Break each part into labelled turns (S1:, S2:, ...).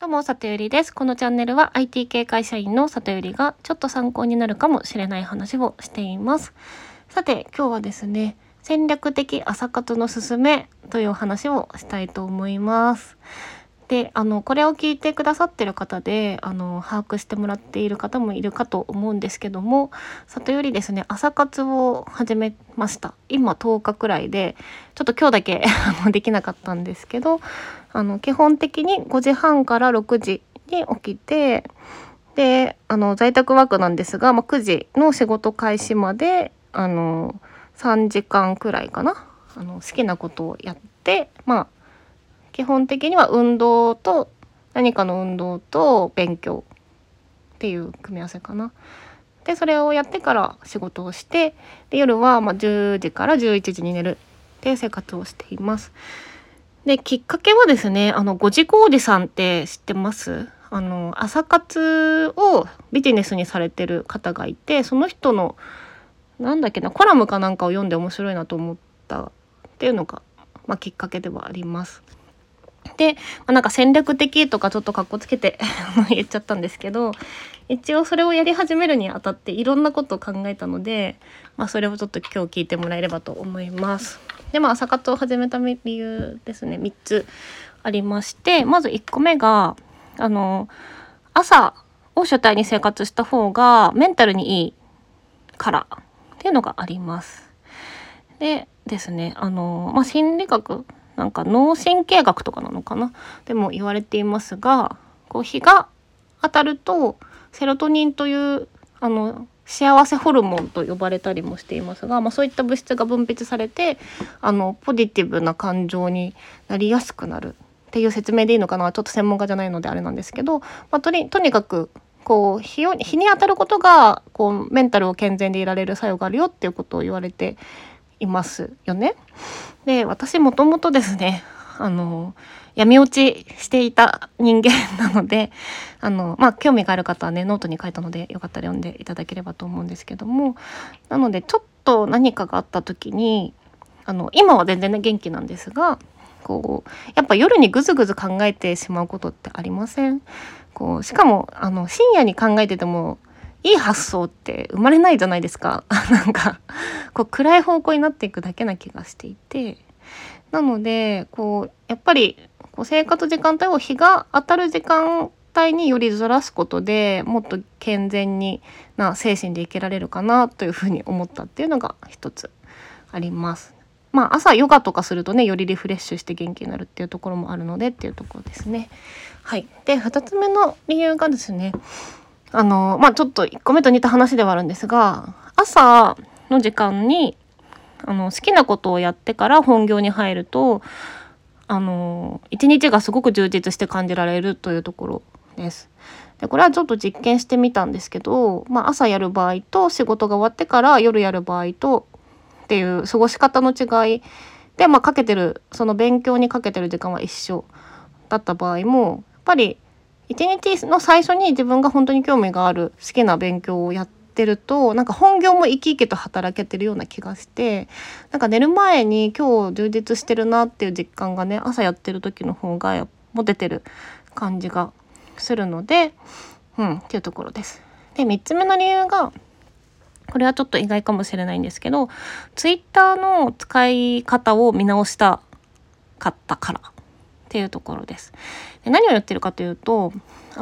S1: どうも、里よりです。このチャンネルは IT 系会社員の里よりがちょっと参考になるかもしれない話をしています。さて、今日はですね、戦略的朝活のすすめという話をしたいと思います。で、これを聞いてくださってる方で、把握してもらっている方もいるかと思うんですけども、里よりですね、朝活を始めました。今10日くらいで、ちょっと今日だけできなかったんですけど、基本的に5時半から6時に起きて、で、在宅ワークなんですが、9時の仕事開始まで、3時間くらいかな。好きなことをやって、基本的には運動と何かの運動と勉強っていう組み合わせかな。でそれをやってから仕事をして、で夜は10時から11時に寝るっていう生活をしています。できっかけはですね、5時おじさんって知ってます？朝活をビジネスにされてる方がいて、その人のコラムかなんかを読んで面白いなと思ったっていうのが、きっかけではあります。で、戦略的とかちょっとかっこつけて言っちゃったんですけど、一応それをやり始めるにあたっていろんなことを考えたので、それをちょっと今日聞いてもらえればと思います。で、朝活を始めた理由ですね、3つありまして、まず1個目が朝を主体に生活した方がメンタルにいいからっていうのがあります。でですね、心理学脳神経学とかなのかなでも言われていますが、日が当たるとセロトニンという幸せホルモンと呼ばれたりもしていますが、そういった物質が分泌されてポジティブな感情になりやすくなるっていう説明でいいのかな。ちょっと専門家じゃないのであれなんですけど、とにかく日に当たることがメンタルを健全でいられる作用があるよっていうことを言われていますよね。で、私もともとですね、闇落ちしていた人間なので、興味がある方はね、ノートに書いたのでよかったら読んでいただければと思うんですけども、なのでちょっと何かがあった時に、今は全然ね元気なんですが、やっぱ夜にぐずぐず考えてしまうことってありません？しかも深夜に考えててもいい発想って生まれないじゃないですか。暗い方向になっていくだけな気がしていて、なのでやっぱり生活時間帯を日が当たる時間帯によりずらすことでもっと健全な精神で生きられるかなというふうに思ったっていうのが一つあります。朝ヨガとかするとね、よりリフレッシュして元気になるっていうところもあるのでっていうところですね。はい。で、2つ目の理由がですね、ちょっと1個目と似た話ではあるんですが、朝の時間に好きなことをやってから本業に入ると一日がすごく充実して感じられるというところです。でこれはちょっと実験してみたんですけど、朝やる場合と仕事が終わってから夜やる場合とっていう過ごし方の違いで、かけてるその勉強にかけてる時間は一緒だった場合も、やっぱり一日の最初に自分が本当に興味がある好きな勉強をやってると、本業も生き生きと働けてるような気がして、寝る前に今日充実してるなっていう実感がね、朝やってる時の方がも出てる感じがするので、っていうところです。で、3つ目の理由が、これはちょっと意外かもしれないんですけど、ツイッターの使い方を見直したかったからっていうところです。で、何をやってるかというと、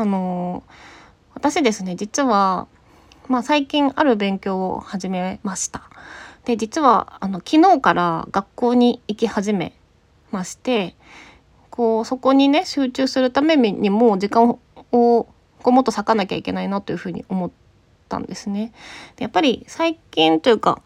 S1: 私ですね、実は最近ある勉強を始めました。で、実は昨日から学校に行き始めまして、そこにね集中するためにも時間をもっと割かなきゃいけないなというふうに思ったんですね。でやっぱり最近というか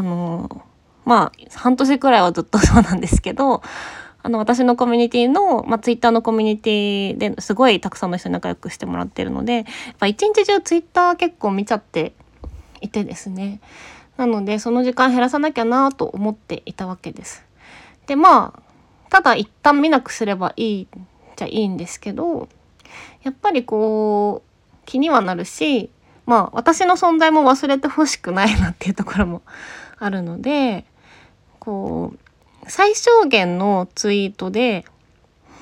S1: 半年くらいはずっとそうなんですけど、私のコミュニティの、ツイッターのコミュニティですごいたくさんの人に仲良くしてもらってるので、やっぱ一日中ツイッター結構見ちゃっていてですね。なのでその時間減らさなきゃなと思っていたわけです。でただ一旦見なくすればいいじゃいいんですけど、やっぱり気にはなるし、私の存在も忘れてほしくないなっていうところもあるので、最小限のツイートで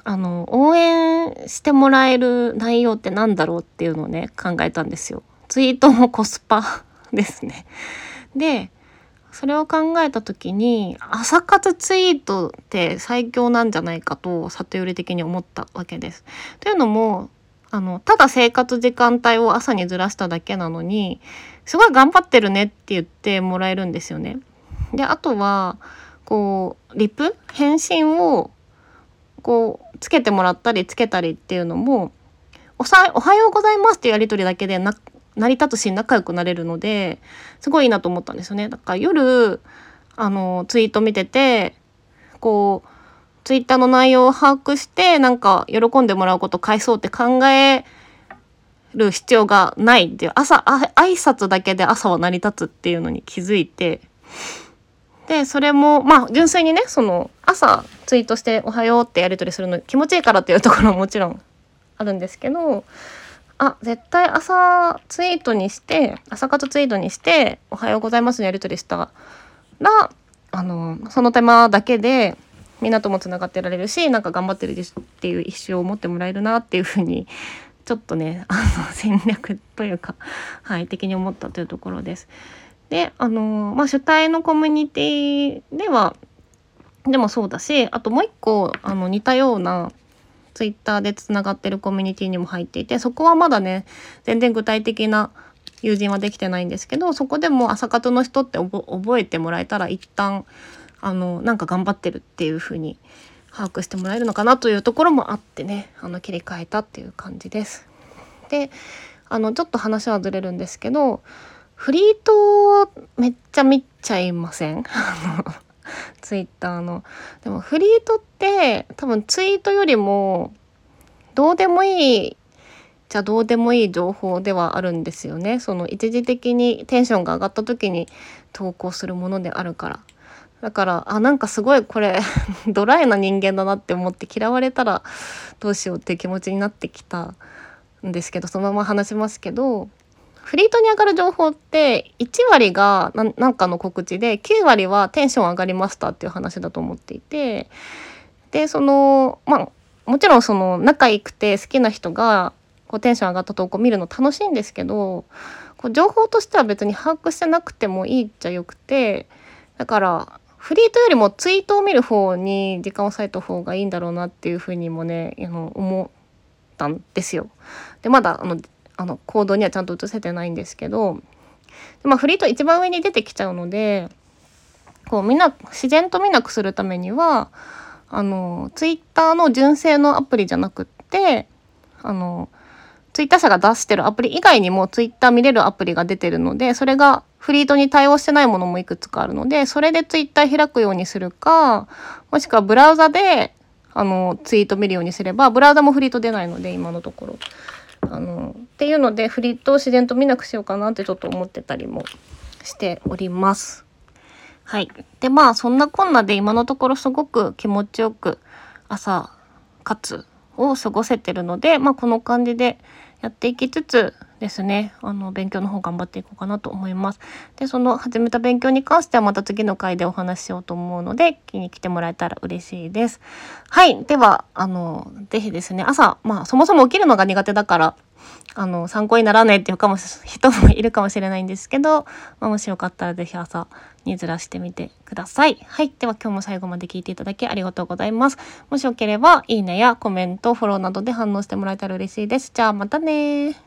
S1: 応援してもらえる内容ってなんだろうっていうのをね考えたんですよ。ツイートもコスパですね。でそれを考えた時に朝活ツイートって最強なんじゃないかと里寄り的に思ったわけです。というのもただ生活時間帯を朝にずらしただけなのにすごい頑張ってるねって言ってもらえるんですよね。であとはこうリプ返信をこうつけてもらったりつけたりっていうのもおはようございますっていうやり取りだけで成り立つし仲良くなれるのですごいいいなと思ったんですよね。だから夜ツイート見ててこうツイッターの内容を把握してなんか喜んでもらうこと返そうって考える必要がないっていう挨拶だけで朝は成り立つっていうのに気づいて、でそれも純粋にねその朝ツイートしておはようってやり取りするの気持ちいいからっていうところももちろんあるんですけど、絶対朝活ツイートにしておはようございますのやり取りしたらその手間だけでみんなともつながってられるしなんか頑張ってるっていう一生を持ってもらえるなっていうふうにちょっとね戦略というか的に思ったというところです。で主体のコミュニティではでもそうだし、あともう一個似たようなツイッターでつながってるコミュニティにも入っていて、そこはまだね全然具体的な友人はできてないんですけど、そこでも朝活の人って覚えてもらえたら一旦なんか頑張ってるっていう風に把握してもらえるのかなというところもあってね切り替えたっていう感じです。でちょっと話はずれるんですけど、フリートめっちゃ見ちゃいませんツイッターの。でもフリートって多分ツイートよりもどうでもいいじゃどうでもいい情報ではあるんですよね。その一時的にテンションが上がった時に投稿するものであるから。だからなんかすごいこれドライな人間だなって思って嫌われたらどうしようっていう気持ちになってきたんですけど、そのまま話しますけど、フリートに上がる情報って1割がなんかの告知で9割はテンション上がりましたっていう話だと思っていて、でもちろんその仲良くて好きな人がこうテンション上がった投稿見るの楽しいんですけど、こう情報としては別に把握してなくてもいいっちゃよくて、だからフリートよりもツイートを見る方に時間を割いた方がいいんだろうなっていうふうにもね思ったんですよ。でまだ行動にはちゃんと移せてないんですけど、フリート一番上に出てきちゃうので、こうみんな自然と見なくするためにはツイッターの純正のアプリじゃなくってツイッター社が出してるアプリ以外にもツイッター見れるアプリが出てるので、それがフリートに対応してないものもいくつかあるので、それでツイッター開くようにするか、もしくはブラウザでツイート見るようにすれば、ブラウザもフリート出ないので今のところっていうのでフリートを自然と見なくしようかなってちょっと思ってたりもしております。はい。でそんなこんなで今のところすごく気持ちよく朝活を過ごせてるので、この感じでやっていきつつですね、勉強の方頑張っていこうかなと思います。でその始めた勉強に関してはまた次の回でお話ししようと思うので、気に来てもらえたら嬉しいです。はい。ではぜひですね、朝そもそも起きるのが苦手だから参考にならないっていう人もいるかもしれないんですけど、もしよかったらぜひ朝にずらしてみてください。はい。では今日も最後まで聞いていただきありがとうございます。もしよければいいねやコメント、フォローなどで反応してもらえたら嬉しいです。じゃあまたね。